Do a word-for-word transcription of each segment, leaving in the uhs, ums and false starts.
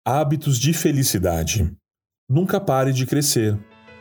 Hábitos de felicidade. Nunca pare de crescer.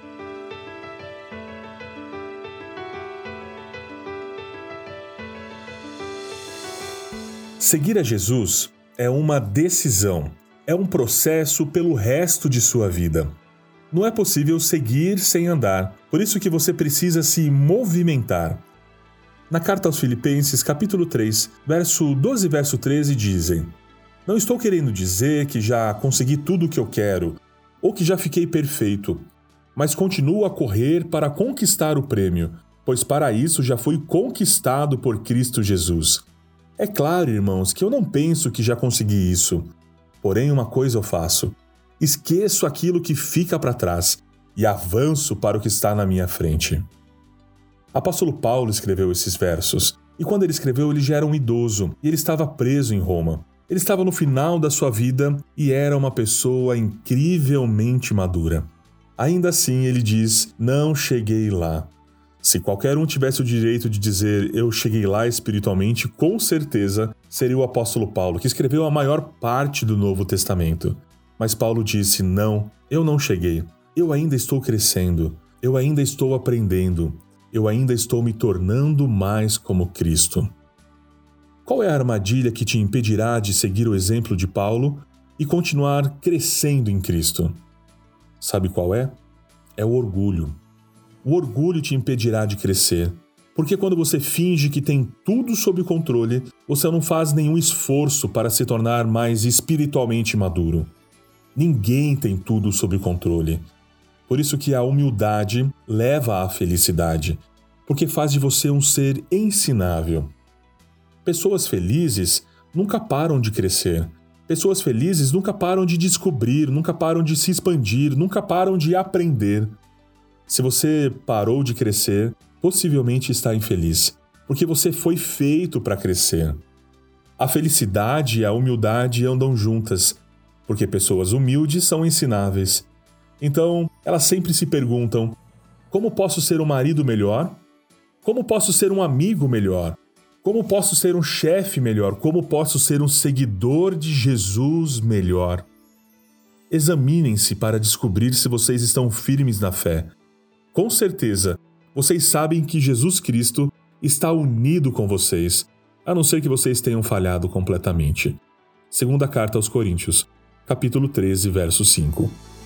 Seguir a Jesus é uma decisão, é um processo pelo resto de sua vida. Não é possível seguir sem andar, por isso que você precisa se movimentar. Na carta aos Filipenses, capítulo três, verso doze e verso treze dizem: Não estou querendo dizer que já consegui tudo o que eu quero, ou que já fiquei perfeito, mas continuo a correr para conquistar o prêmio, pois para isso já fui conquistado por Cristo Jesus. É claro, irmãos, que eu não penso que já consegui isso. Porém, uma coisa eu faço: esqueço aquilo que fica para trás e avanço para o que está na minha frente. Apóstolo Paulo escreveu esses versos, e quando ele escreveu, ele já era um idoso e ele estava preso em Roma. Ele estava no final da sua vida e era uma pessoa incrivelmente madura. Ainda assim, ele diz: não cheguei lá. Se qualquer um tivesse o direito de dizer eu cheguei lá espiritualmente, com certeza seria o apóstolo Paulo, que escreveu a maior parte do Novo Testamento. Mas Paulo disse: não, eu não cheguei. Eu ainda estou crescendo. Eu ainda estou aprendendo. Eu ainda estou me tornando mais como Cristo. Qual é a armadilha que te impedirá de seguir o exemplo de Paulo e continuar crescendo em Cristo? Sabe qual é? É o orgulho. O orgulho te impedirá de crescer, porque quando você finge que tem tudo sob controle, você não faz nenhum esforço para se tornar mais espiritualmente maduro. Ninguém tem tudo sob controle. Por isso que a humildade leva à felicidade, porque faz de você um ser ensinável. Pessoas felizes nunca param de crescer. Pessoas felizes nunca param de descobrir, nunca param de se expandir, nunca param de aprender. Se você parou de crescer, possivelmente está infeliz, porque você foi feito para crescer. A felicidade e a humildade andam juntas, porque pessoas humildes são ensináveis. Então, elas sempre se perguntam: como posso ser um marido melhor? Como posso ser um amigo melhor? Como posso ser um chefe melhor? Como posso ser um seguidor de Jesus melhor? Examinem-se para descobrir se vocês estão firmes na fé. Com certeza, vocês sabem que Jesus Cristo está unido com vocês, a não ser que vocês tenham falhado completamente. Segunda carta aos Coríntios, capítulo treze, verso cinco.